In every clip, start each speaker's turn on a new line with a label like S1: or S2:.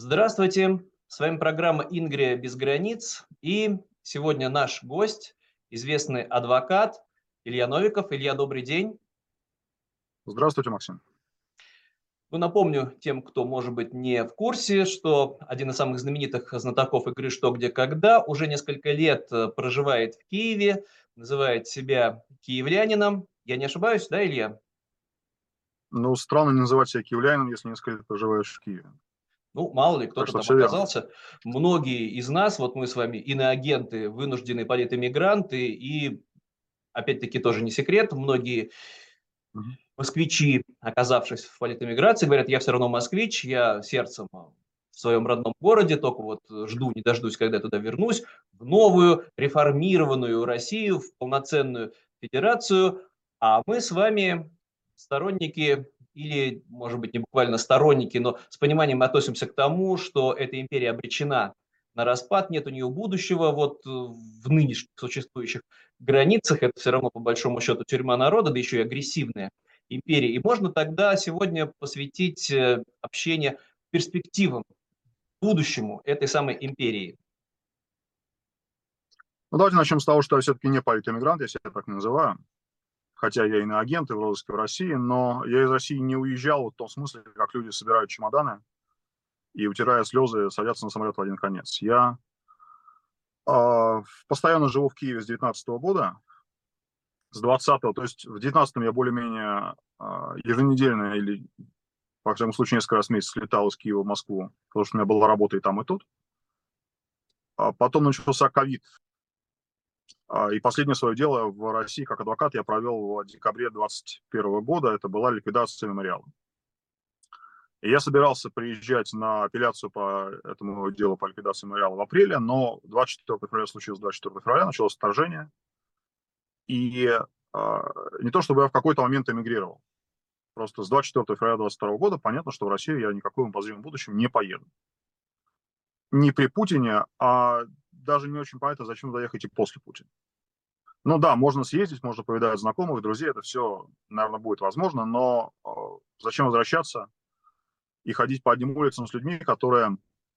S1: Здравствуйте! С вами программа «Ингрия без границ». И сегодня наш гость, известный адвокат Илья Новиков. Илья, добрый день.
S2: Здравствуйте, Максим.
S1: Ну, напомню тем, кто, может быть, не в курсе, что один из самых знаменитых знатоков игры «Что, где, когда» уже несколько лет проживает в Киеве, называет себя киевлянином. Я не ошибаюсь, да, Илья?
S2: Ну, странно не называть себя киевлянином, если несколько лет проживаешь в Киеве.
S1: Ну, мало ли,
S2: Так
S1: кто-то
S2: что
S1: там
S2: все верно.
S1: оказался. Многие из нас, вот мы с вами иноагенты, вынужденные политэмигранты, и опять-таки тоже не секрет, многие
S2: Мгм.
S1: москвичи, оказавшись в политэмиграции, говорят: я все равно москвич, я сердцем в своем родном городе, только вот жду не дождусь, когда я туда вернусь, в новую реформированную Россию, в полноценную федерацию. А мы с вами сторонники или, может быть, не буквально сторонники, но с пониманием относимся к тому, что эта империя обречена на распад, нет у нее будущего вот в нынешних существующих границах. Это все равно, по большому счету, тюрьма народа, да еще и агрессивная империи. И можно тогда сегодня посвятить общение перспективам, будущему этой самой империи.
S2: Ну, давайте начнем с того, что я все-таки не политэмигрант, я себя так не называю. Хотя я иноагент и в розыске в России, но я из России не уезжал вот в том смысле, как люди собирают чемоданы и, утирая слезы, садятся на самолет в один конец. Я постоянно живу в Киеве с 19 года, с 20-го, то есть в 19-м я более-менее еженедельно или, во всяком случае, несколько раз в месяц летал из Киева в Москву, потому что у меня была работа и там, и тут. Потом начался ковид. И последнее свое дело в России как адвокат я провел в декабре 2021 года. Это была ликвидация мемориала. И я собирался приезжать на апелляцию по этому делу по ликвидации мемориала в апреле, но 24 февраля случилось 24 февраля, началось вторжение. И не то чтобы я в какой-то момент эмигрировал. Просто с 24 февраля 2022 года понятно, что в Россию я никакой в обозримом будущем не поеду. Не при Путине, а даже не очень понятно, зачем туда ехать и после Путина. Ну да, можно съездить, можно повидать знакомых, друзей, это все, наверное, будет возможно, но зачем возвращаться и ходить по одним улицам с людьми, которые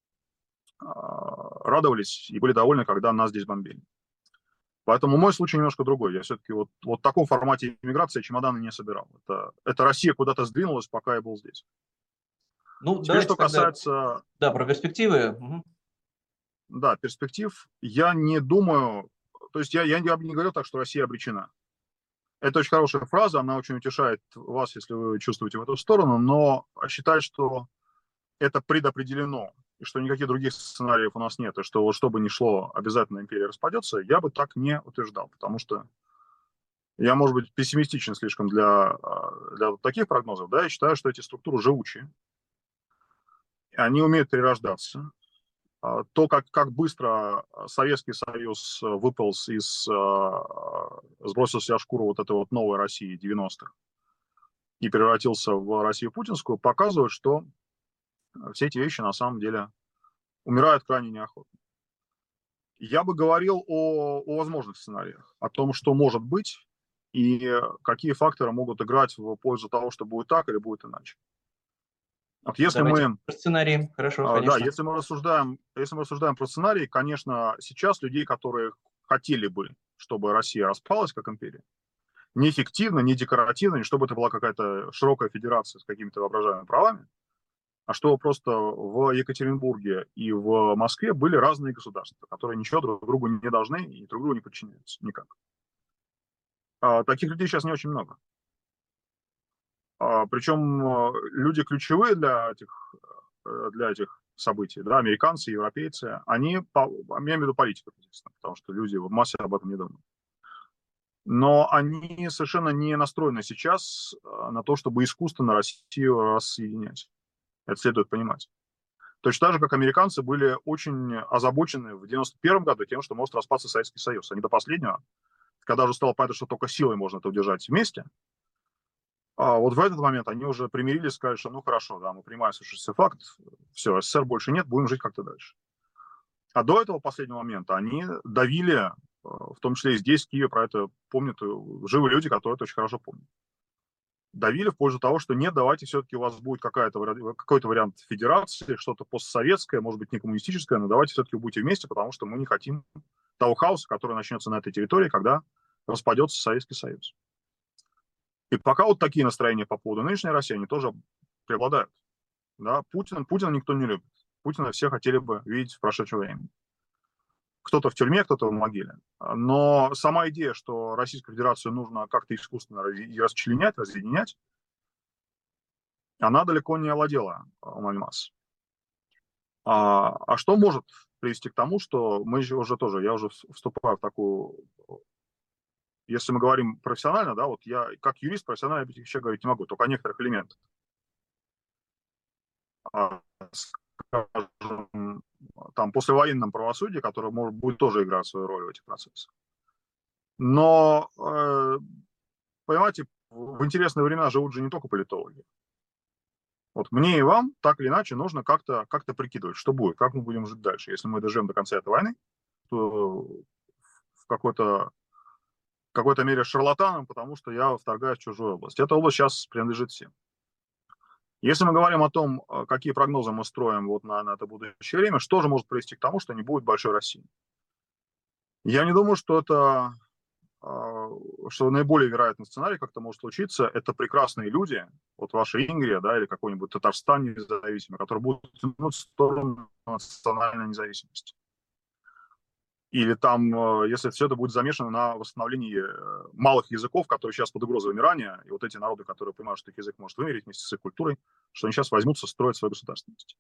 S2: радовались и были довольны, когда нас здесь бомбили. Поэтому мой случай немножко другой. Я все-таки вот в таком формате иммиграции чемоданы не собирал. Это Россия куда-то сдвинулась, пока я был здесь.
S1: Ну,
S2: Теперь,
S1: давайте
S2: что
S1: тогда,
S2: касается,
S1: да, про перспективы. Мгм.
S2: да, перспектив, я не думаю, то есть я бы не говорил так, что Россия обречена. Это очень хорошая фраза, она очень утешает вас, если вы чувствуете в эту сторону, но считать, что это предопределено, и что никаких других сценариев у нас нет, и что вот что бы ни шло, обязательно империя распадется, я бы так не утверждал, потому что я, может быть, пессимистичен слишком для таких прогнозов, да, я считаю, что эти структуры живучие, они умеют перерождаться. То, как быстро Советский Союз выполз сбросил с себя шкуру вот этой вот новой России 90-х, и превратился в Россию путинскую, показывает, что все эти вещи на самом деле умирают крайне неохотно. Я бы говорил о возможных сценариях, о том, что может быть, и какие факторы могут играть в пользу того, что будет так или будет иначе. Вот если
S1: Давайте
S2: мы,
S1: про сценарии. Хорошо,
S2: да,
S1: конечно.
S2: если мы рассуждаем про сценарий, конечно, сейчас людей, которые хотели бы, чтобы Россия распалась как империя, неэффективно, не декоративно, не чтобы это была какая-то широкая федерация с какими-то воображаемыми правами, а что просто в Екатеринбурге и в Москве были разные государства, которые ничего друг другу не должны и друг другу не подчиняются никак. Таких людей сейчас не очень много. Причем люди ключевые для этих событий, да, американцы, европейцы, они, я имею в виду политиков, естественно, потому что люди в массе об этом не думают. Но они совершенно не настроены сейчас на то, чтобы искусственно Россию рассоединять. Это следует понимать. Точно так же, как американцы были очень озабочены в 91 году тем, что может распасться Советский Союз. Они до последнего, когда уже стало понятно, что только силой можно это удержать вместе, вот в этот момент они уже примирились, сказали, что ну хорошо, да, мы принимаем существенный факт, все, СССР больше нет, будем жить как-то дальше. А до этого последнего момента они давили, в том числе и здесь, в Киеве, про это помнят живые люди, которые это очень хорошо помнят. давили в пользу того, что нет, давайте все-таки у вас будет какой-то вариант федерации, что-то постсоветское, может быть, не коммунистическое, но давайте все-таки вы будете вместе, потому что мы не хотим того хаоса, который начнется на этой территории, когда распадется Советский Союз. И пока вот такие настроения по поводу нынешней России, они тоже преобладают. Да? Путина никто не любит. Путина все хотели бы видеть в прошедшем времени. Кто-то в тюрьме, кто-то в могиле. Но сама идея, что Российскую Федерацию нужно как-то искусственно расчленять, разъединять, она далеко не овладела умами масс. А что может привести к тому, что мы же уже тоже, я уже вступаю в такую... Если мы говорим профессионально, да, вот я как юрист профессионально об этих вещах говорить не могу, только о некоторых элементах. Скажем, там, послевоенном правосудии, которое будет тоже играть свою роль в этих процессах. Но, понимаете, в интересные времена живут же не только политологи. Вот мне и вам, так или иначе, нужно как-то прикидывать, что будет, как мы будем жить дальше. Если мы доживем до конца этой войны, то в какой-то мере шарлатаном, потому что я вторгаюсь в чужую область. Эта область сейчас принадлежит всем. Если мы говорим о том, какие прогнозы мы строим вот на это будущее время, что же может привести к тому, что не будет большой России? Я не думаю, что что наиболее вероятный сценарий, как это может случиться, это прекрасные люди, вот ваша Ингрия, да, или какой-нибудь Татарстан независимый, которые будут тянуть в сторону национальной независимости. Или там, если все это будет замешано на восстановлении малых языков, которые сейчас под угрозой вымирания, и вот эти народы, которые понимают, что их язык может вымереть вместе с их культурой, что они сейчас возьмутся строить свою государственность.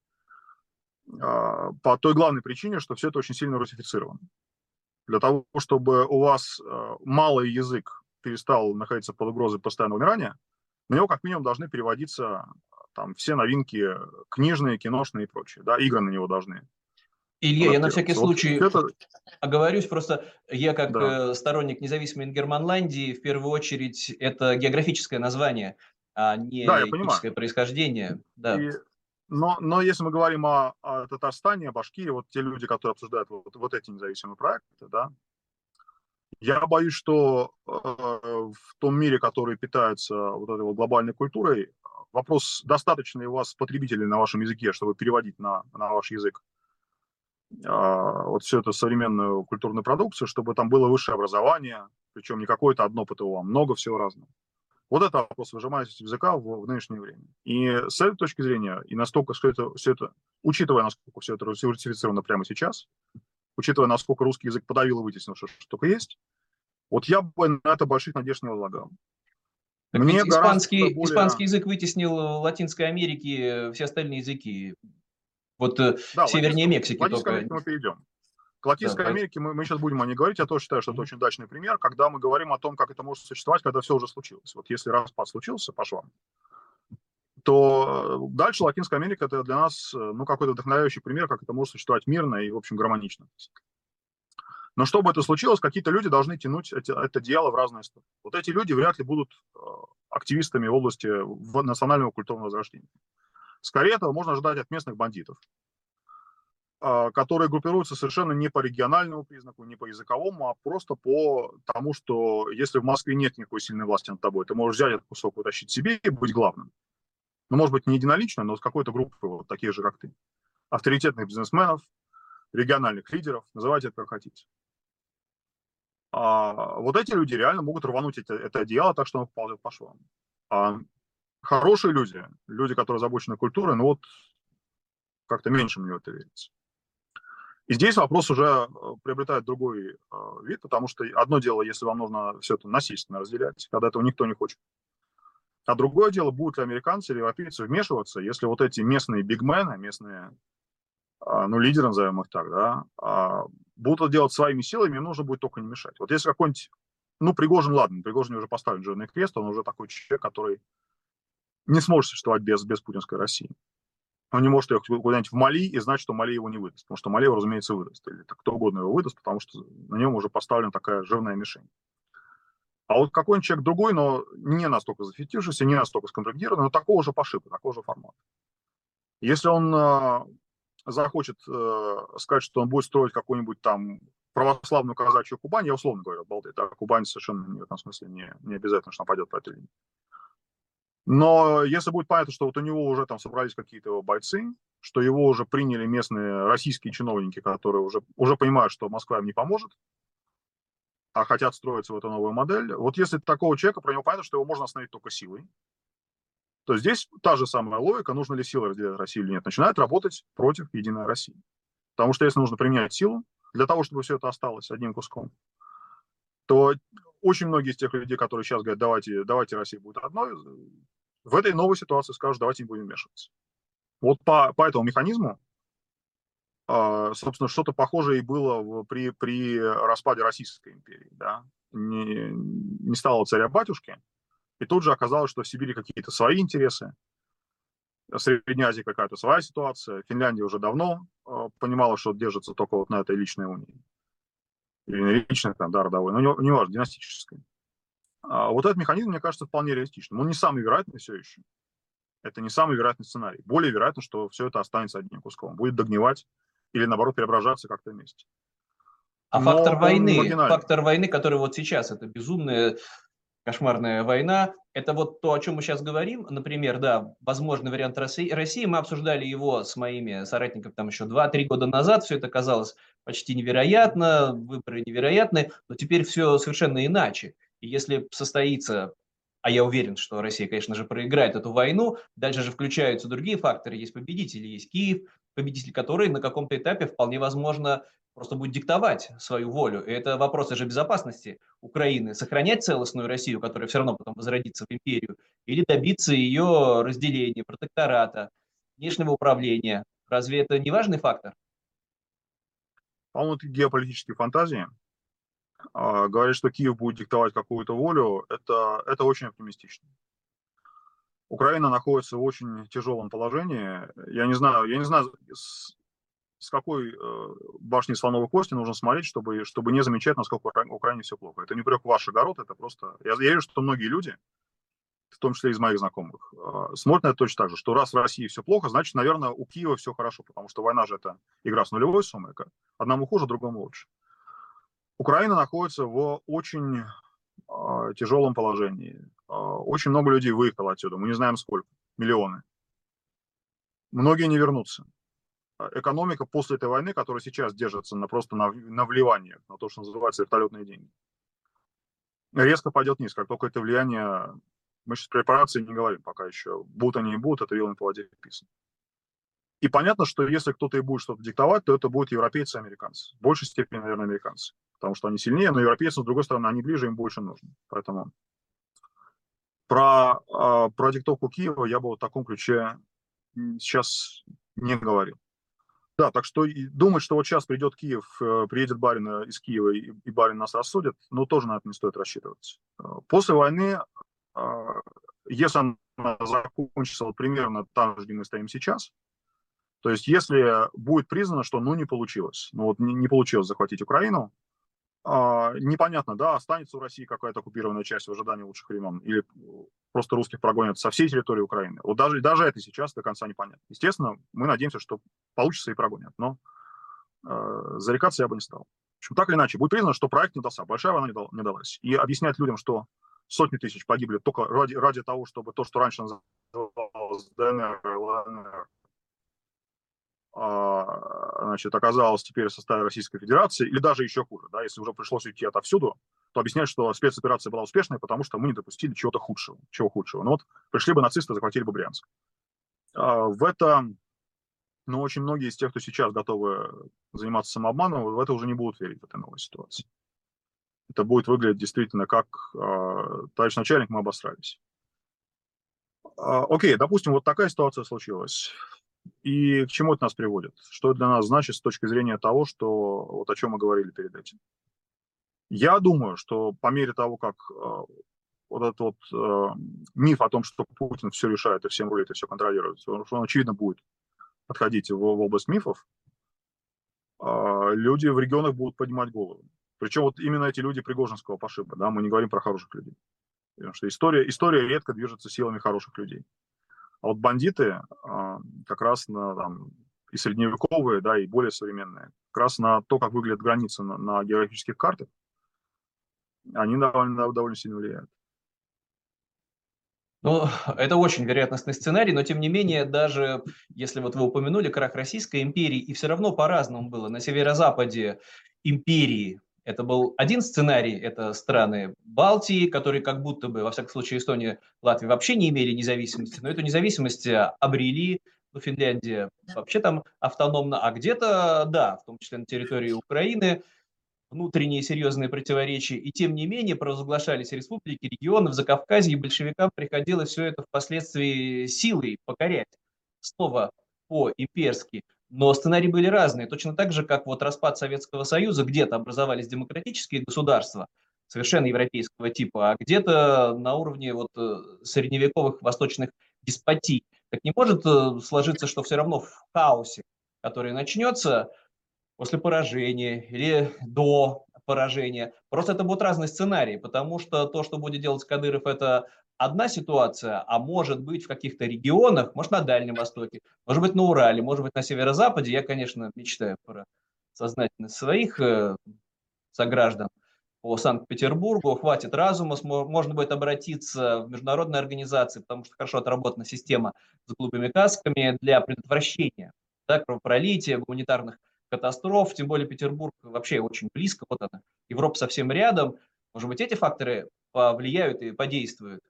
S2: По той главной причине, что все это очень сильно русифицировано. Для того, чтобы у вас малый язык перестал находиться под угрозой постоянного вымирания, на него как минимум должны переводиться там все новинки книжные, киношные и прочее. Да, игры на него должны.
S1: Илья, я на всякий случай
S2: Вот
S1: оговорюсь, просто я как
S2: да.
S1: сторонник независимой Ингерманландии, в первую очередь, это географическое название, а
S2: Да, я
S1: не
S2: понимаю.
S1: этническое происхождение. Да.
S2: Но если мы говорим о Татарстане, о Башкирии, вот те люди, которые обсуждают вот эти независимые проекты, да, я боюсь, что в том мире, который питается вот этой вот глобальной культурой, вопрос, достаточно ли у вас потребителей на вашем языке, чтобы переводить на ваш язык вот всю эту современную культурную продукцию, чтобы там было высшее образование, причем не какое-то одно ПТУ, а много всего разного. Вот это вопрос выжимаемости языка в нынешнее время. И с этой точки зрения, и настолько все это, учитывая, насколько все это русифицировано прямо сейчас, учитывая, насколько русский язык подавил и вытеснил, что только есть, вот я бы на это больших надежд не возлагал.
S1: Так ведь
S2: Мне гораздо более...
S1: испанский язык вытеснил в Латинской Америке все остальные языки. Вот
S2: Да,
S1: севернее Мексики
S2: к Латинской
S1: только.
S2: Америке мы перейдем. К Латинской Америке мы сейчас будем о ней говорить. Я тоже считаю, что это очень удачный пример, когда мы говорим о том, как это может существовать, когда все уже случилось. Вот если распад случился по швам, то дальше Латинская Америка — это для нас какой-то вдохновляющий пример, как это может существовать мирно и, в общем, гармонично. Но чтобы это случилось, какие-то люди должны тянуть это дело в разные стороны. Вот эти люди вряд ли будут активистами в области национального культурного возрождения. Скорее этого можно ожидать от местных бандитов, которые группируются совершенно не по региональному признаку, не по языковому, а просто по тому, что если в Москве нет никакой сильной власти над тобой, ты можешь взять этот кусок, утащить себе и быть главным. Ну, может быть, не единолично, но с какой-то группой, вот таких же, как ты. Авторитетных бизнесменов, региональных лидеров, называйте это как хотите. Вот эти люди реально могут рвануть это дело так, что оно ползет по швам. Хорошие люди, которые озабочены культурой, ну вот как-то меньше мне в это верится. И здесь вопрос уже приобретает другой вид, потому что одно дело, если вам нужно все это насильственно разделять, когда этого никто не хочет. А другое дело, будут ли американцы или европейцы вмешиваться, если вот эти местные бигмены, местные, лидеры, назовем их так, да, будут это делать своими силами, им нужно будет только не мешать. Вот если какой-нибудь, Пригожин, ладно, Пригожин уже поставлен жирный крест, он уже такой человек, который не сможет существовать без путинской России. Он не может ехать куда-нибудь в Мали и знать, что Мали его не выдаст. Потому что Мали его, разумеется, выдаст. Или кто угодно его выдаст, потому что на нем уже поставлена такая жирная мишень. А вот какой-нибудь человек другой, но не настолько зафитившийся, не настолько скомпрометированный, но такого же пошиба, такого же формата. Если он захочет сказать, что он будет строить какую-нибудь там православную казачью Кубань, я условно говорю, балды, да, Кубань совершенно в этом смысле не обязательно, что нападет по этой линии. Но если будет понятно, что вот у него уже там собрались какие-то его бойцы, что его уже приняли местные российские чиновники, которые уже понимают, что Москва им не поможет, а хотят строиться в эту новую модель, вот если такого человека, про него понятно, что его можно остановить только силой, то здесь та же самая логика, нужно ли силой разделять Россию или нет, начинает работать против Единой России. Потому что если нужно применять силу для того, чтобы все это осталось одним куском, то очень многие из тех людей, которые сейчас говорят, давайте Россия будет одной, в этой новой ситуации скажут, давайте не будем вмешиваться. Вот по этому механизму, собственно, что-то похожее и было при распаде Российской империи. Да? Не стало царя-батюшки, и тут же оказалось, что в Сибири какие-то свои интересы, в Средней Азии какая-то своя ситуация, Финляндия уже давно понимала, что держится только вот на этой личной унии. Или не личной, там, да, родовой, но не важно, династической. Вот этот механизм, мне кажется, вполне реалистичным. Он не самый вероятный все еще. Это не самый вероятный сценарий. Более вероятно, что все это останется одним куском. Будет догнивать или, наоборот, преображаться как-то вместе.
S1: А
S2: Но он не маргинальный.
S1: фактор войны, который вот сейчас, это безумная, кошмарная война, это вот то, о чем мы сейчас говорим. Например, да, возможный вариант России. Мы обсуждали его с моими соратниками там еще 2-3 года назад. Все это казалось почти невероятно, выборы невероятны, но теперь все совершенно иначе. И если состоится, а я уверен, что Россия, конечно же, проиграет эту войну, дальше же включаются другие факторы. Есть победители, есть Киев, победитель, который на каком-то этапе вполне возможно просто будет диктовать свою волю. И это вопросы же безопасности Украины. Сохранять целостную Россию, которая все равно потом возродится в империю, или добиться ее разделения, протектората, внешнего управления. Разве это не важный фактор?
S2: По-моему, это геополитические фантазии. Говорят, что Киев будет диктовать какую-то волю, это очень оптимистично. Украина находится в очень тяжелом положении. Я не знаю, с какой башни слоновой кости нужно смотреть, чтобы не замечать, насколько в Украине все плохо. Это не упрек в ваш огород, это просто... Я вижу, что многие люди, в том числе из моих знакомых, смотрят на это точно так же, что раз в России все плохо, значит, наверное, у Киева все хорошо, потому что война же это игра с нулевой суммой. Одному хуже, другому лучше. Украина находится в очень тяжелом положении. Очень много людей выехало отсюда, мы не знаем сколько, миллионы. Многие не вернутся. Экономика после этой войны, которая сейчас держится просто на вливаниях, на то, что называется вертолетные деньги, резко пойдет вниз, как только это влияние... Мы сейчас про репарации не говорим пока еще. Будут они и будут, это вилами по воде писано. И понятно, что если кто-то и будет что-то диктовать, то это будут европейцы и американцы. В большей степени, наверное, американцы. Потому что они сильнее, но европейцы, с другой стороны, они ближе, им больше нужно. Поэтому про диктовку Киева я бы в таком ключе сейчас не говорил. Да, так что думать, что вот сейчас придет Киев, приедет барин из Киева и барин нас рассудит, ну, тоже на это не стоит рассчитывать. После войны, если она закончится вот примерно там же, где мы стоим сейчас, то есть если будет признано, что ну не получилось, ну вот не получилось захватить Украину, непонятно, да, останется у России какая-то оккупированная часть в ожидании лучших времен, или просто русских прогонят со всей территории Украины. Вот даже это сейчас до конца непонятно. Естественно, мы надеемся, что получится и прогонят, но зарекаться я бы не стал. В общем, так или иначе, будет признано, что проект не удался, большая война не далась. И объяснять людям, что сотни тысяч погибли только ради того, чтобы то, что раньше называлось ДНР, ЛНР, значит, оказалась теперь в составе Российской Федерации, или даже еще хуже, да, если уже пришлось уйти отовсюду, то объяснять, что спецоперация была успешной, потому что мы не допустили чего-то худшего. Чего худшего? Ну вот пришли бы нацисты, захватили бы Брянск. В это, ну, очень многие из тех, кто сейчас готовы заниматься самообманом, в это уже не будут верить в этой новой ситуации. Это будет выглядеть действительно как товарищ начальник, мы обосрались. Окей, допустим, вот такая ситуация случилась. И к чему это нас приводит? Что это для нас значит с точки зрения того, что вот о чем мы говорили перед этим? Я думаю, что по мере того, как вот этот вот миф о том, что Путин все решает и всем рулит и все контролирует, что он, очевидно, будет отходить в область мифов, люди в регионах будут поднимать голову. Причем вот именно эти люди Пригожинского пошиба, да, мы не говорим про хороших людей. Потому что история редко движется силами хороших людей. А вот бандиты как раз там, и средневековые, да, и более современные, как раз на то, как выглядят границы на географических картах, они довольно сильно влияют.
S1: Ну, это очень вероятностный сценарий, но тем не менее, даже если вот вы упомянули крах Российской империи, и все равно по-разному было. На северо-западе империи это был один сценарий, это страны Балтии, которые как будто бы, во всяком случае, Эстония, Латвия вообще не имели независимости, но эту независимость обрели, ну, Финляндия вообще там автономно, а где-то, да, в том числе на территории Украины, внутренние серьезные противоречия, и тем не менее провозглашались республики, регионы в Закавказье, и большевикам приходилось все это впоследствии силой покорять, снова по-имперски. Но сценарии были разные, точно так же, как вот распад Советского Союза, где-то образовались демократические государства, совершенно европейского типа, а где-то на уровне вот средневековых восточных деспотий. Так не может сложиться, что все равно в хаосе, который начнется, после поражения или до поражения. Просто это будут разные сценарии, потому что то, что будет делать Кадыров, это одна ситуация, а может быть в каких-то регионах, может на Дальнем Востоке, может быть на Урале, может быть на Северо-Западе. Я, конечно, мечтаю про сознательность своих сограждан по Санкт-Петербургу. Хватит разума, можно будет обратиться в международные организации, потому что хорошо отработана система с голубыми касками для предотвращения, да, кровопролития, гуманитарных катастроф, тем более Петербург вообще очень близко, вот она, Европа совсем рядом. Может быть, эти факторы повлияют и подействуют?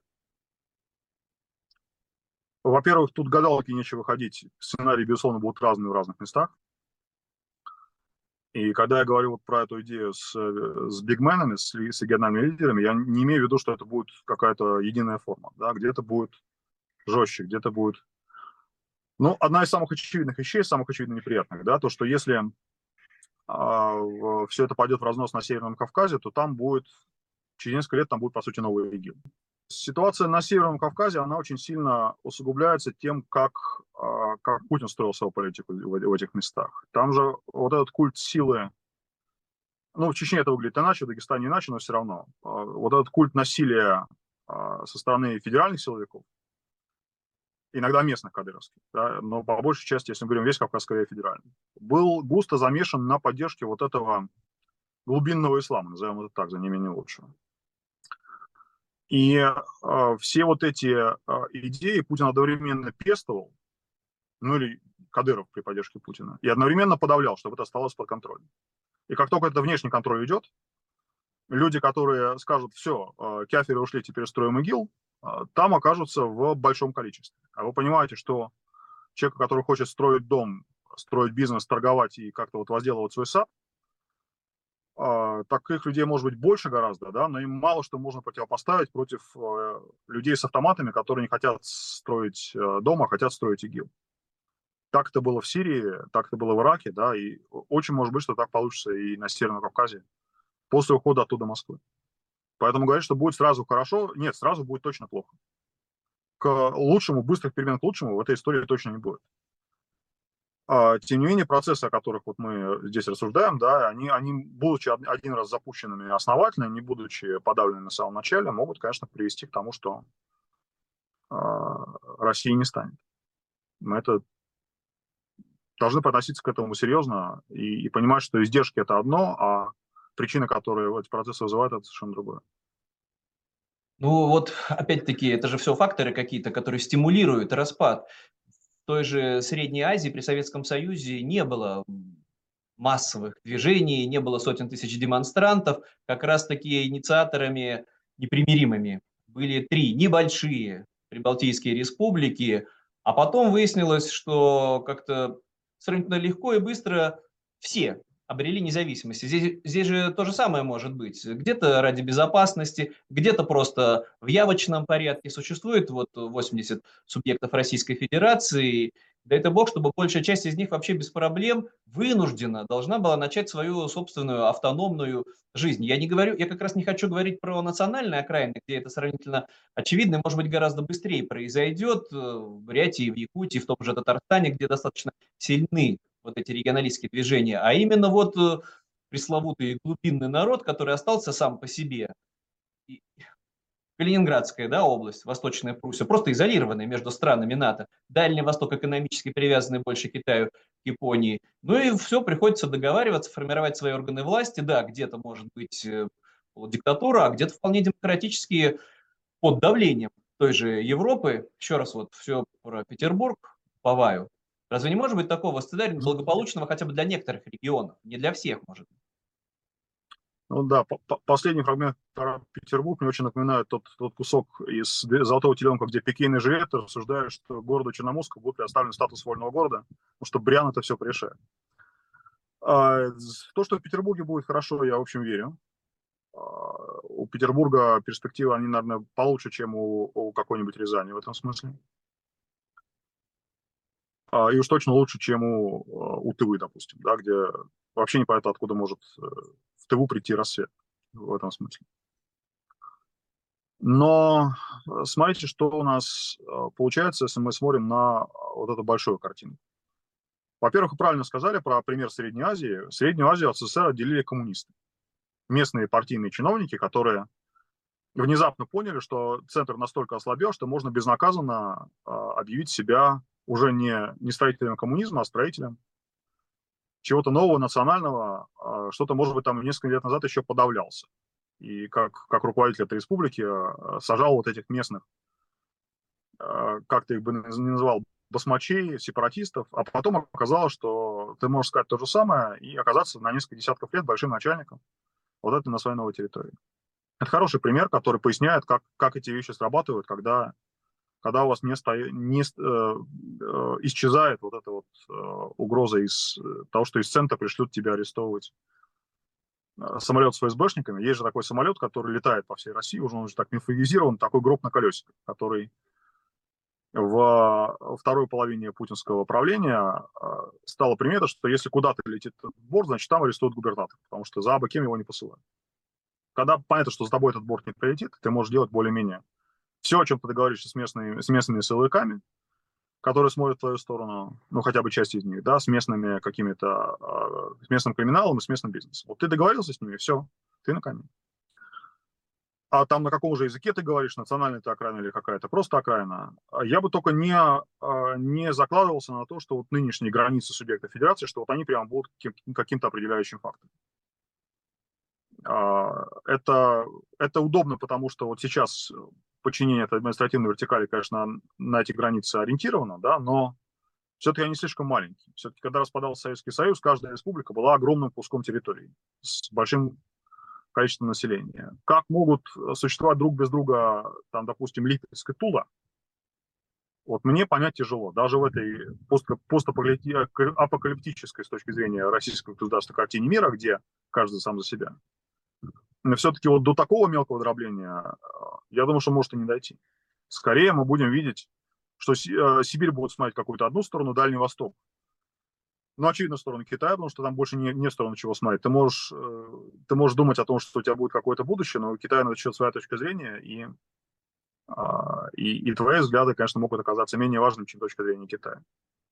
S2: Во-первых, тут гадалки нечего ходить. Сценарии, безусловно, будут разные в разных местах. И когда я говорю вот про эту идею с бигменами, с региональными лидерами, я не имею в виду, что это будет какая-то единая форма. Да? Где-то будет жестче, где-то будет... Ну, одна из самых очевидных вещей, самых очевидно неприятных, да, то, что если все это пойдет в разнос на Северном Кавказе, то там будет, через несколько лет там будет, по сути, новый регион. Ситуация на Северном Кавказе, она очень сильно усугубляется тем, как Путин строил свою политику в этих местах. Там же вот этот культ силы, ну, в Чечне это выглядит иначе, в Дагестане иначе, но все равно. Вот этот культ насилия со стороны федеральных силовиков, иногда местных кадыровских, да, но по большей части, если мы говорим весь Кавказ, скорее федеральный, был густо замешан на поддержке вот этого глубинного ислама, назовем это так, за не менее лучшего. И все вот эти идеи Путин одновременно пестовал, ну или Кадыров при поддержке Путина, и одновременно подавлял, чтобы это оставалось под контролем. И как только это внешний контроль идет, люди, которые скажут, все, кяферы ушли, теперь строим ИГИЛ, там окажутся в большом количестве. А вы понимаете, что человек, который хочет строить дом, строить бизнес, торговать и как-то вот возделывать свой сад, таких людей может быть больше гораздо, да, но им мало что можно противопоставить против людей с автоматами, которые не хотят строить дом, а хотят строить ИГИЛ. Так это было в Сирии, так это было в Ираке, да, и очень может быть, что так получится и на Северном Кавказе после ухода оттуда Москвы. Поэтому говорить, что будет сразу хорошо, нет, сразу будет точно плохо. К лучшему, быстрых перемен к лучшему в этой истории точно не будет. Тем не менее, процессы, о которых вот мы здесь рассуждаем, да, они, будучи один раз запущенными основательно, не будучи подавленными на самом начале, могут, конечно, привести к тому, что России не станет. Мы это должны подноситься к этому серьезно и понимать, что издержки – это одно, а причины, которые эти процессы вызывают, это совершенно другое.
S1: Ну вот, опять-таки, это же все факторы какие-то, которые стимулируют распад. В той же Средней Азии при Советском Союзе не было массовых движений, не было сотен тысяч демонстрантов. Как раз-таки инициаторами непримиримыми были три небольшие прибалтийские республики, а потом выяснилось, что как-то сравнительно легко и быстро все обрели независимость. Здесь же то же самое может быть. Где-то ради безопасности, где-то просто в явочном порядке. Существует вот 80 субъектов Российской Федерации. Да это бог, чтобы большая часть из них вообще без проблем вынуждена должна была начать свою собственную автономную жизнь. Я не говорю, я как раз не хочу говорить про национальные окраины, где это сравнительно очевидно, и, может быть, гораздо быстрее произойдет в Бурятии, в Якутии, в том же Татарстане, где достаточно сильны вот эти регионалистские движения, а именно вот пресловутый глубинный народ, который остался сам по себе. И Калининградская, да, область, Восточная Пруссия, просто изолированная между странами НАТО. Дальний Восток экономически привязанный больше к Китаю, к Японии. Ну и все, приходится договариваться, формировать свои органы власти. Да, где-то может быть диктатура, а где-то вполне демократические под давлением той же Европы, еще раз вот все про Петербург, Паваю, разве не может быть такого сценария благополучного хотя бы для некоторых регионов, не для всех, может быть?
S2: Ну да, последний фрагмент про Петербург мне очень напоминает тот кусок из «Золотого теленка», где Пекин и Жюльетта рассуждают, что городу Черноморску будет предоставлен статус вольного города, потому что Бриан это все порешает. В то, что в Петербурге будет хорошо, я, в общем, верю. У Петербурга перспективы, они, наверное, получше, чем у какой-нибудь Рязани в этом смысле. И уж точно лучше, чем у Тывы, допустим, да, где вообще непонятно, откуда может в Тыву прийти рассвет в этом смысле. Но смотрите, что у нас получается, если мы смотрим на вот эту большую картину. Во-первых, вы правильно сказали про пример Средней Азии. Среднюю Азию от СССР отделили коммунисты. Местные партийные чиновники, которые внезапно поняли, что центр настолько ослабел, что можно безнаказанно объявить себя уже не строителем коммунизма, а строителем чего-то нового, национального, что-то, может быть, там несколько лет назад еще подавлялся. И как руководитель этой республики сажал вот этих местных, как ты их бы не называл, басмачей, сепаратистов, а потом оказалось, что ты можешь сказать то же самое и оказаться на несколько десятков лет большим начальником вот это на своей новой территории. Это хороший пример, который поясняет, как эти вещи срабатывают, когда у вас исчезает вот эта вот угроза из того, что из центра пришлют тебя арестовывать самолет с ФСБшниками. Есть же такой самолет, который летает по всей России, уже он уже так мифологизирован, такой гроб на колесиках, который во второй половине путинского правления стала примета, что если куда-то летит борт, значит, там арестуют губернатора, потому что за абы кем его не посылают. Когда понятно, что за тобой этот борт не прилетит, ты можешь делать более-менее все, о чем ты договоришься с местными силовиками, которые смотрят в твою сторону, ну, хотя бы часть из них, да, с местными какими-то, с местным криминалом и с местным бизнесом. Вот ты договорился с ними, все, ты на коне. А там на каком же языке ты говоришь, национальная ты окраина или какая-то просто окраина. Я бы только не закладывался на то, что вот нынешние границы субъекта федерации, что вот они прям будут каким-то определяющим фактором. Это удобно, потому что вот сейчас подчинение этой административной вертикали, конечно, на эти границы ориентировано, да, но все-таки они слишком маленькие. Все-таки, когда распадался Советский Союз, каждая республика была огромным куском территории с большим количеством населения. Как могут существовать друг без друга, там, допустим, Липецк и Тула, вот мне понять тяжело. Даже в этой постапокалиптической с точки зрения российского государства картине мира, где каждый сам за себя. Но все-таки вот до такого мелкого дробления, я думаю, что может и не дойти. Скорее мы будем видеть, что Сибирь будет смотреть какую-то одну сторону, Дальний Восток. Ну, очевидно, в сторону Китая, потому что там больше не в сторону чего смотреть. Ты можешь думать о том, что у тебя будет какое-то будущее, но у Китая на этот счет своя точка зрения, и твои взгляды, конечно, могут оказаться менее важными, чем точка зрения Китая.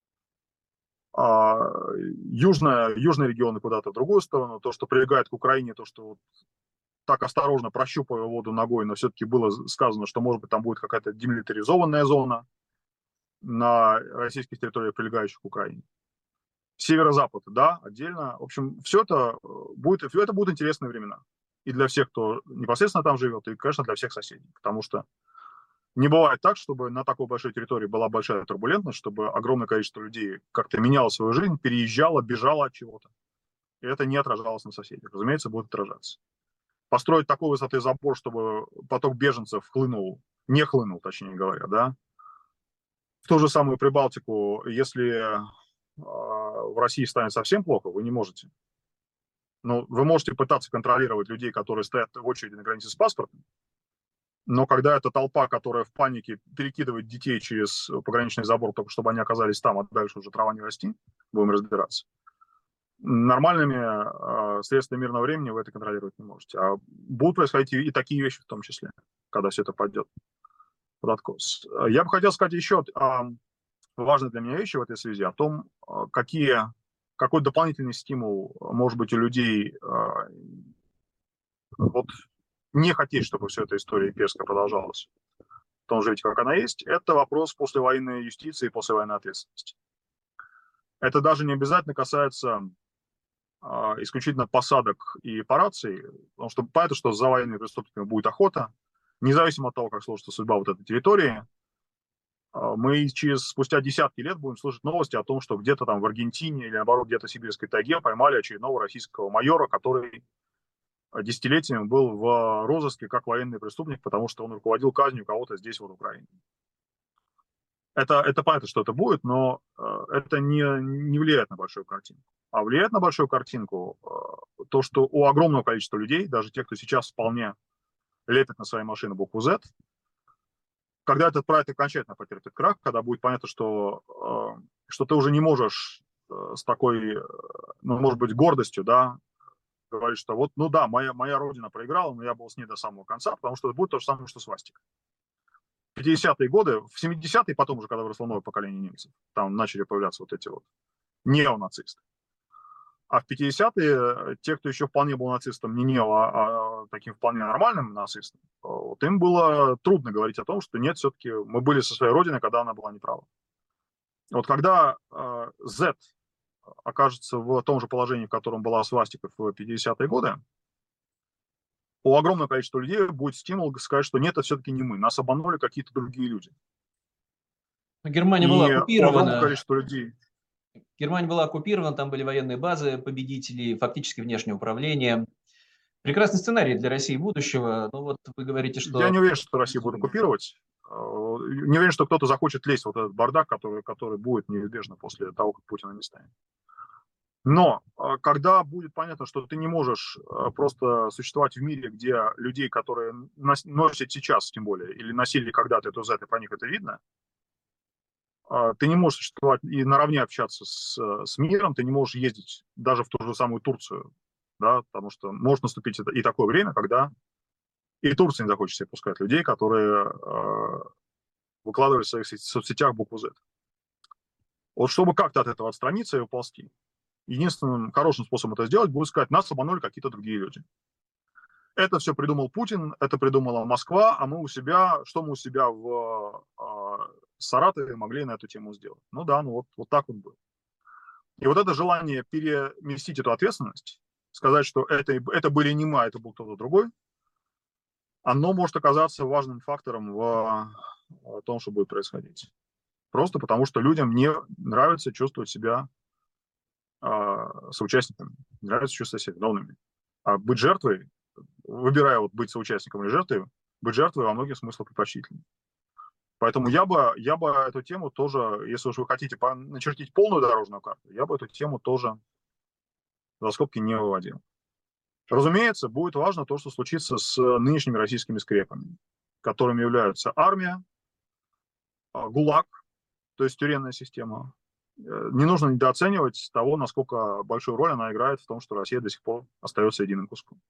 S2: Южные регионы куда-то в другую сторону, то, что прилегает к Украине, то, что вот так осторожно прощупывая воду ногой, но все-таки было сказано, что, может быть, там будет какая-то демилитаризованная зона на российских территориях, прилегающих к Украине. Северо-запад, да, отдельно. В общем, все это будут интересные времена. И для всех, кто непосредственно там живет, и, конечно, для всех соседей. Потому что не бывает так, чтобы на такой большой территории была большая турбулентность, чтобы огромное количество людей как-то меняло свою жизнь, переезжало, бежало от чего-то. И это не отражалось на соседях. Разумеется, будет отражаться. Построить такой высоты забор, чтобы поток беженцев не хлынул, точнее говоря, да. В ту же самую Прибалтику, если в России станет совсем плохо, вы не можете. Но вы можете пытаться контролировать людей, которые стоят в очереди на границе с паспортом, но когда эта толпа, которая в панике перекидывает детей через пограничный забор, только чтобы они оказались там, а дальше уже трава не расти, будем разбираться. Нормальными средствами мирного времени вы это контролировать не можете. А будут происходить и такие вещи в том числе, когда все это пойдет под откос. Я бы хотел сказать еще важной для меня вещи в этой связи, о том, какой дополнительный стимул может быть у людей вот, не хотеть, чтобы вся эта история имперская продолжалась в том же виде, как она есть. Это вопрос послевоенной юстиции и послевоенной ответственности. Это даже не обязательно касается исключительно посадок и операций, потому что понятно, что за военными преступниками будет охота, независимо от того, как сложится судьба вот этой территории, мы спустя десятки лет будем слышать новости о том, что где-то там в Аргентине или, наоборот, где-то в сибирской тайге поймали очередного российского майора, который десятилетиями был в розыске как военный преступник, потому что он руководил казнью кого-то здесь, вот в Украине. Это понятно, что это будет, но это не влияет на большую картинку. А влияет на большую картинку то, что у огромного количества людей, даже тех, кто сейчас вполне лепит на своей машине букву Z, когда этот проект окончательно потерпит крах, когда будет понятно, что ты уже не можешь с такой, ну, может быть, гордостью, да, говорить, что вот, ну да, моя родина проиграла, но я был с ней до самого конца, потому что это будет то же самое, что свастика. В 50-е годы, в 70-е, потом уже, когда выросло новое поколение немцев, там начали появляться вот эти вот неонацисты. А в 50-е те, кто еще вполне был нацистом, не нео, а таким вполне нормальным нацистом, вот им было трудно говорить о том, что нет, все-таки мы были со своей родиной, когда она была неправа. Вот когда Z окажется в том же положении, в котором была свастика в 50-е годы, у огромного количества людей будет стимул сказать, что нет, это все-таки не мы, нас обманули какие-то другие люди.
S1: Германия была
S2: И у огромного
S1: оккупирована.
S2: количества людей...
S1: Германия была оккупирована, там были военные базы, победители, фактически внешнее управление. Прекрасный сценарий для России будущего. Но вот вы говорите,
S2: Я
S1: что...
S2: не уверен, что Россия будет оккупировать. Не уверен, что кто-то захочет лезть в вот этот бардак, который будет неизбежно после того, как Путина не станет. Но когда будет понятно, что ты не можешь просто существовать в мире, где людей, которые носят сейчас, тем более, или носили когда-то эту Z, и про них это видно, ты не можешь существовать и наравне общаться с миром, ты не можешь ездить даже в ту же самую Турцию, да, потому что может наступить и такое время, когда и Турция не захочет себе пускать людей, которые выкладывали в своих соцсетях букву Z. Вот чтобы как-то от этого отстраниться и уползти, единственным хорошим способом это сделать будет сказать, нас обманули какие-то другие люди. Это все придумал Путин, это придумала Москва, а мы у себя, что мы у себя в Саратове могли на эту тему сделать? Ну да, ну вот так вот было. И вот это желание переместить эту ответственность, сказать, что это были не мы, а это был кто-то другой, оно может оказаться важным фактором в том, что будет происходить. Просто потому, что людям не нравится чувствовать себя соучастниками, не нравится чувствовать себя виновными. А быть жертвой, выбирая вот быть соучастником или жертвой, быть жертвой во многих смыслах предпочтительнее. Поэтому я бы эту тему тоже, если уж вы хотите начертить полную дорожную карту, я бы эту тему тоже за скобки не выводил. Разумеется, будет важно то, что случится с нынешними российскими скрепами, которыми являются армия, ГУЛАГ, то есть тюремная система. Не нужно недооценивать того, насколько большую роль она играет в том, что Россия до сих пор остается единым куском.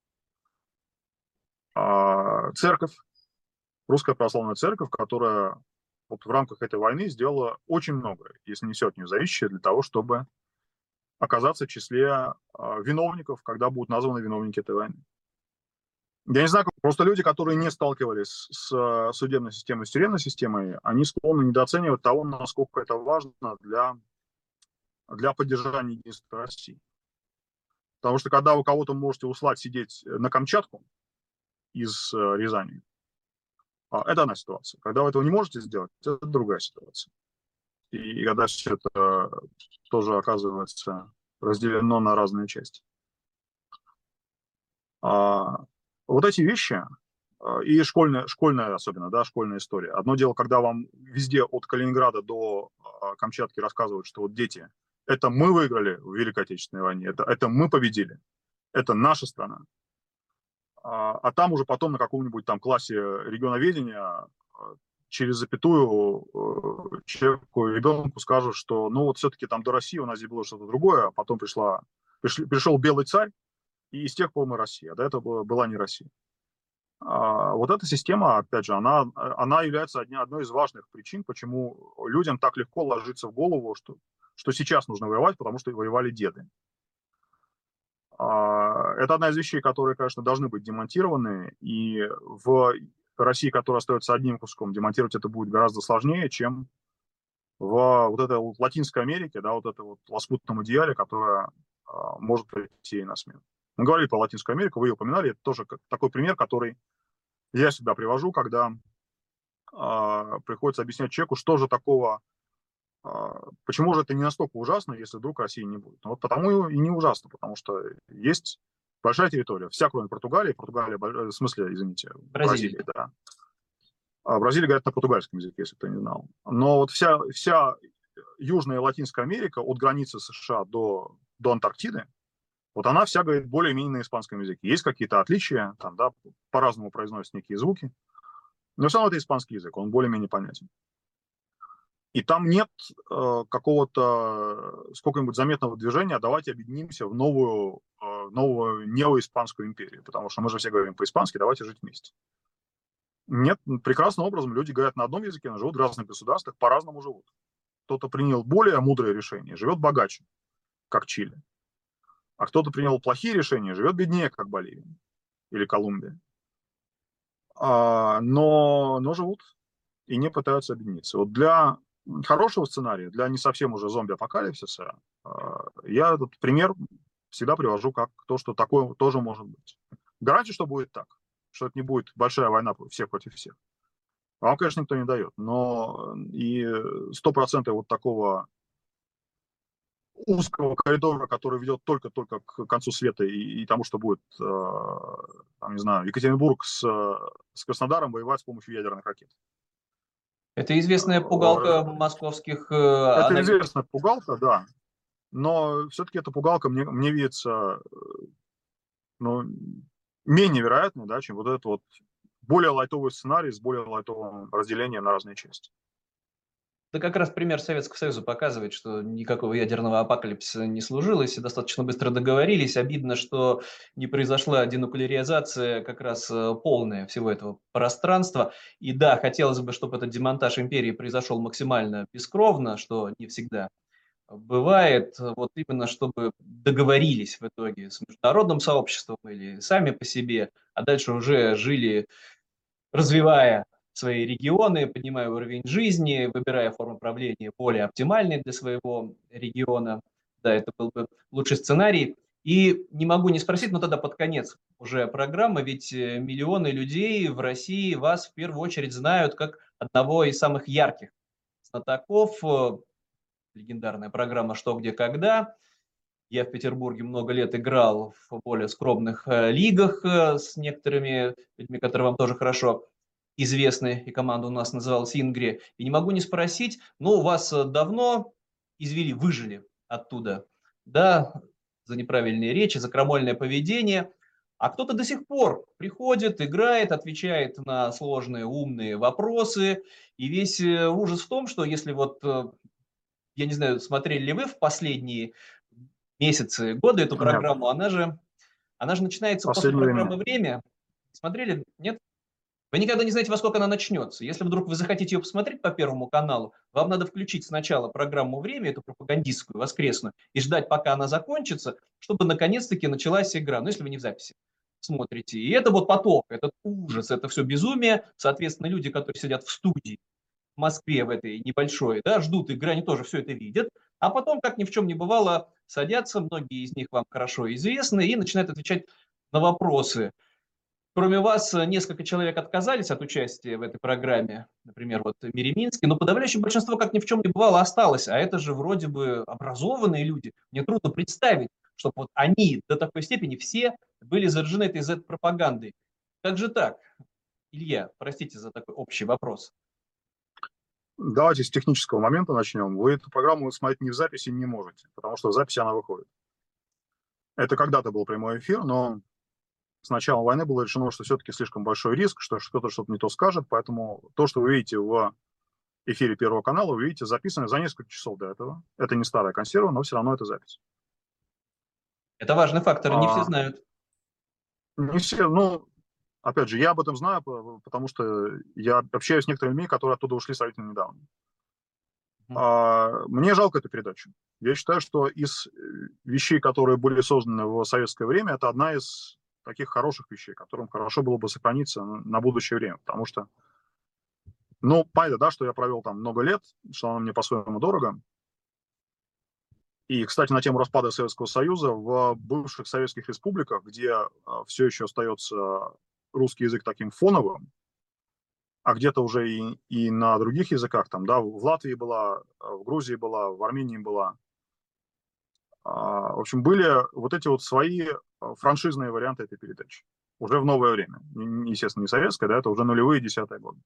S2: Церковь, Русская Православная Церковь, которая вот в рамках этой войны сделала очень многое, если не все от нее зависящее, для того, чтобы оказаться в числе виновников, когда будут названы виновники этой войны. Я не знаю, просто люди, которые не сталкивались с судебной системой, с тюремной системой, они склонны недооценивать того, насколько это важно для поддержания единства России. Потому что когда вы кого-то можете услать сидеть на Камчатку из Рязани, это одна ситуация. Когда вы этого не можете сделать, это другая ситуация. И когда все это тоже оказывается разделено на разные части. Вот эти вещи, и школьная особенно, да, школьная история. Одно дело, когда вам везде от Калининграда до Камчатки рассказывают, что вот дети, это мы выиграли в Великой Отечественной войне, это мы победили, это наша страна. А там уже потом на каком-нибудь там классе регионоведения через запятую человеку, ребенку скажут, что ну вот все-таки там до России у нас здесь было что-то другое, а потом пришел белый царь, и с тех пор мы Россия. До этого была не Россия. Вот эта система, опять же, она является одной из важных причин, почему людям так легко ложится в голову, что сейчас нужно воевать, потому что воевали деды. Это одна из вещей, которые, конечно, должны быть демонтированы, и в России, которая остается одним куском, демонтировать это будет гораздо сложнее, чем в вот этой вот Латинской Америке, да, вот этой вот лоскутном идеале, которая может прийти ей на смену. Мы говорили про Латинскую Америку, вы ее упоминали, это тоже такой пример, который я всегда привожу, когда приходится объяснять человеку, что же такого, почему же это не настолько ужасно, если вдруг России не будет. Ну, вот потому и не ужасно, потому что есть большая территория, вся, кроме Португалии. Португалия, в смысле, извините,
S1: Бразилия.
S2: Бразилия, да. В Бразилии говорят на португальском языке, если кто не знал. Но вот вся Южная и Латинская Америка, от границы США до Антарктиды, вот она вся говорит более-менее на испанском языке. Есть какие-то отличия, там, да, по-разному произносят некие звуки, но все равно это испанский язык, он более-менее понятен. И там нет какого-то сколько-нибудь заметного движения, а давайте объединимся в новую неоиспанскую империю, потому что мы же все говорим по-испански, давайте жить вместе. Нет, прекрасным образом люди говорят на одном языке, но живут в разных государствах, по-разному живут. Кто-то принял более мудрое решение, живет богаче, как Чили, а кто-то принял плохие решения, живет беднее, как Боливия или Колумбия. Но живут и не пытаются объединиться. Вот для хорошего сценария, для не совсем уже зомби-апокалипсиса, я этот пример всегда привожу как то, что такое тоже может быть. Гарантии, что будет так, что это не будет большая война всех против всех. Вам, конечно, никто не дает, но и 100% вот такого узкого коридора, который ведет только-только к концу света и тому, что будет, там, не знаю, Екатеринбург с Краснодаром воевать с помощью ядерных ракет.
S1: Это известная пугалка московских
S2: Это
S1: аналитиков.
S2: известная пугалка, да, но все-таки эта пугалка мне видится, ну, менее вероятной, да, чем вот этот вот более лайтовый сценарий с более лайтовым разделением на разные части.
S1: Да как раз пример Советского Союза показывает, что никакого ядерного апокалипсиса не служилось, и достаточно быстро договорились. Обидно, что не произошла денуклеаризация как раз полная всего этого пространства. И да, хотелось бы, чтобы этот демонтаж империи произошел максимально бескровно, что не всегда бывает. Вот именно чтобы договорились в итоге с международным сообществом или сами по себе, а дальше уже жили, развивая свои регионы, поднимая уровень жизни, выбирая форму правления более оптимальные для своего региона. Да, это был бы лучший сценарий. И не могу не спросить, но тогда под конец уже программы, ведь миллионы людей в России вас в первую очередь знают как одного из самых ярких знатоков. Легендарная программа «Что, где, когда». Я в Петербурге много лет играл в более скромных лигах с некоторыми людьми, которые вам тоже хорошо известны, и команда у нас называлась «Ингри». И не могу не спросить, ну, вас давно выжили оттуда, да, за неправильные речи, за крамольное поведение, а кто-то до сих пор приходит, играет, отвечает на сложные, умные вопросы, и весь ужас в том, что если вот, я не знаю, смотрели ли вы в последние месяцы, годы эту
S2: Нет,
S1: программу, она же
S2: в
S1: начинается после
S2: последнее время
S1: программы «Время». Смотрели? Нет? Вы никогда не знаете, во сколько она начнется. Если вдруг вы захотите ее посмотреть по Первому каналу, вам надо включить сначала программу «Время», эту пропагандистскую, воскресную, и ждать, пока она закончится, чтобы наконец-таки началась игра. Ну, если вы не в записи смотрите. И это вот поток, этот ужас, это все безумие. Соответственно, люди, которые сидят в студии в Москве, в этой небольшой, да, ждут игры, они тоже все это видят. А потом, как ни в чем не бывало, садятся, многие из них вам хорошо известны, и начинают отвечать на вопросы. Кроме вас, несколько человек отказались от участия в этой программе, например, вот Мереминский, но подавляющее большинство, как ни в чем не бывало, осталось. А это же вроде бы образованные люди. Мне трудно представить, чтобы вот они до такой степени все были заражены этой Z-пропагандой. Как же так? Илья, простите за такой общий вопрос.
S2: давайте с технического момента начнем. Вы эту программу смотреть не в записи не можете, потому что в записи она выходит. Это когда-то был прямой эфир, но с начала войны было решено, что все-таки слишком большой риск, что кто-то что-то не то скажет, поэтому то, что вы видите в эфире Первого канала, вы видите записанное за несколько часов до этого. Это не старая консерва, но все равно это запись.
S1: Это важный фактор, не все
S2: А,
S1: знают.
S2: не все, ну, опять же, я об этом знаю, потому что я общаюсь с некоторыми людьми, которые оттуда ушли сравнительно недавно. Мне жалко эту передачу. Я считаю, что из вещей, которые были созданы в советское время, это одна из таких хороших вещей, которым хорошо было бы сохраниться на будущее время. Потому что, ну, понятно, да, что я провел там много лет, что оно мне по-своему дорого. И, кстати, на тему распада Советского Союза, в бывших советских республиках, где все еще остается русский язык таким фоновым, а где-то уже и на других языках, там, да, в Латвии была, в Грузии была, в Армении была. В общем, были вот эти вот свои франшизные варианты этой передачи. Уже в новое время. Естественно, не советское, да, это уже нулевые, десятые годы.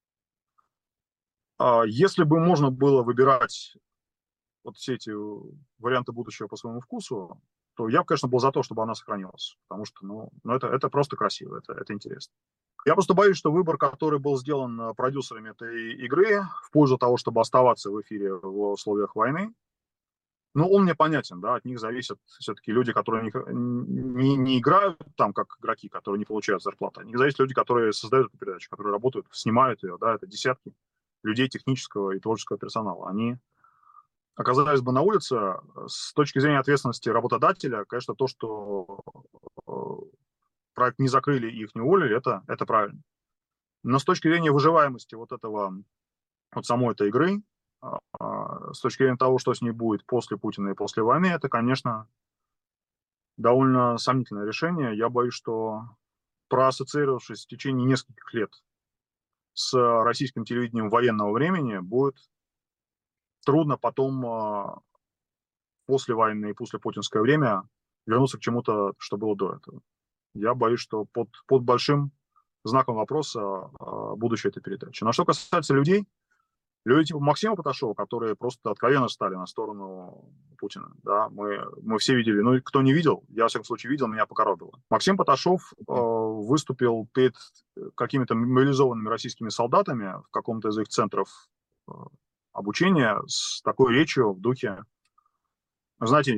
S2: Если бы можно было выбирать вот все эти варианты будущего по своему вкусу, то я бы, конечно, был за то, чтобы она сохранилась. Потому что, это просто красиво, это интересно. Я просто боюсь, что выбор, который был сделан продюсерами этой игры в пользу того, чтобы оставаться в эфире в условиях войны, он мне понятен, да, от них зависят все-таки люди, которые не играют там как игроки, которые не получают зарплату. От них зависят люди, которые создают эту передачу, которые работают, снимают ее, да, это десятки людей технического и творческого персонала. Они оказались бы на улице, с точки зрения ответственности работодателя, конечно, то, что проект не закрыли и их не уволили, это правильно. Но с точки зрения выживаемости вот самой этой игры, с точки зрения того, что с ней будет после Путина и после войны, это, конечно, довольно сомнительное решение. Я боюсь, что проассоциировавшись в течение нескольких лет с российским телевидением военного времени, будет трудно потом, после войны и после путинское время, вернуться к чему-то, что было до этого. Я боюсь, что под большим знаком вопроса будущее этой передачи. Но что касается людей типа Максима Паташова, которые просто откровенно стали на сторону Путина, да, мы все видели, кто не видел, я, во всяком случае, видел, меня покоробило. Максим Паташов выступил перед какими-то мобилизованными российскими солдатами в каком-то из их центров обучения с такой речью в духе, знаете,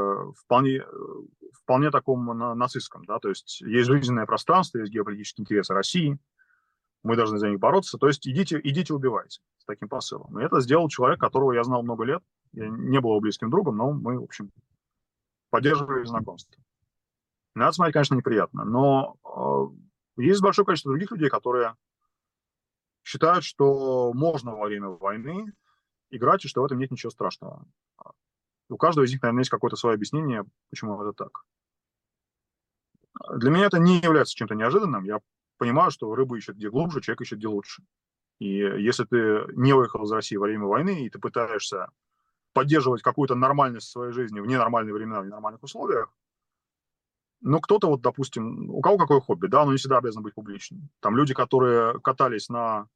S2: вполне таком нацистском, да, то есть жизненное пространство, есть геополитические интересы России, мы должны за них бороться, то есть идите убивайте, с таким посылом. И это сделал человек, которого я знал много лет, я не был его близким другом, но мы, в общем, поддерживали знакомство. На это смотреть, конечно, неприятно, но есть большое количество других людей, которые считают, что можно во время войны играть, и что в этом нет ничего страшного. У каждого из них, наверное, есть какое-то свое объяснение, почему это так. Для меня это не является чем-то неожиданным. Я понимаю, что рыба ищет где глубже, человек ищет где лучше. И если ты не выехал из России во время войны, и ты пытаешься поддерживать какую-то нормальность в своей жизни в ненормальные времена, в ненормальных условиях, кто-то, вот, допустим, у кого какое хобби, да, оно не всегда обязано быть публичным. Там люди, которые катались на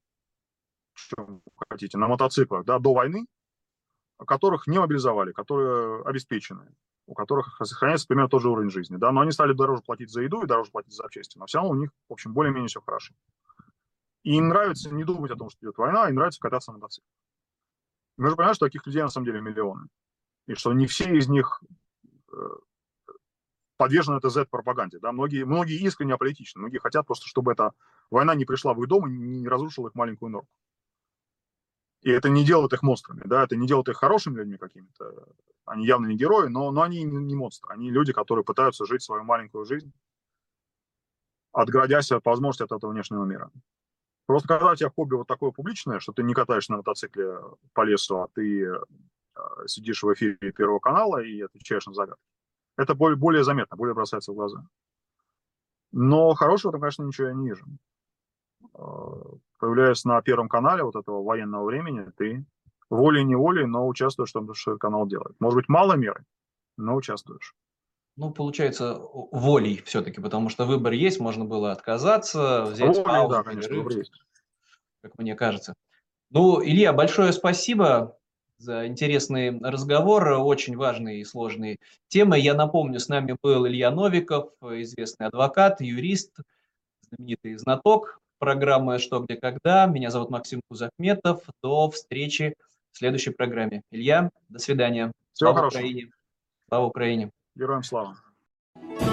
S2: мотоциклах, да, до войны, которых не мобилизовали, которые обеспечены, у которых сохраняется примерно тот же уровень жизни, да, но они стали дороже платить за еду и дороже платить за запчасти, но все равно у них, в общем, более-менее все хорошо. И им нравится не думать о том, что идет война, им нравится кататься на мотоцикле. Мы же понимаем, что таких людей на самом деле миллионы. И что не все из них подвержены этой Z-пропаганде. Да? Многие искренне аполитичны. Многие хотят просто, чтобы эта война не пришла в их дом и не разрушила их маленькую норку. И это не делает их монстрами. Да? Это не делает их хорошими людьми какими-то. Они явно не герои, но они не монстры. Они люди, которые пытаются жить свою маленькую жизнь, отгородясь от возможности от этого внешнего мира. Просто когда у тебя хобби вот такое публичное, что ты не катаешься на мотоцикле по лесу, а ты сидишь в эфире Первого канала и отвечаешь на загадки, это более заметно, более бросается в глаза. Но хорошего там, конечно, ничего я не вижу. Появляясь на Первом канале вот этого военного времени, ты волей-неволей, но участвуешь в том, что этот канал делает. Может быть, мало меры, но участвуешь.
S1: Получается, волей все-таки, потому что выбор есть, можно было отказаться, взять
S2: волей,
S1: паузу,
S2: да, конечно,
S1: перерыв,
S2: выбор есть.
S1: как мне кажется. Илья, большое спасибо за интересный разговор, очень важные и сложные темы. Я напомню, с нами был Илья Новиков, известный адвокат, юрист, знаменитый знаток программы «Что, где, когда». Меня зовут Максим Кузахметов. До встречи в следующей программе. Илья, до свидания.
S2: Всего
S1: Слава
S2: хорошего.
S1: Украине. Слава Украине.
S2: Героям слава.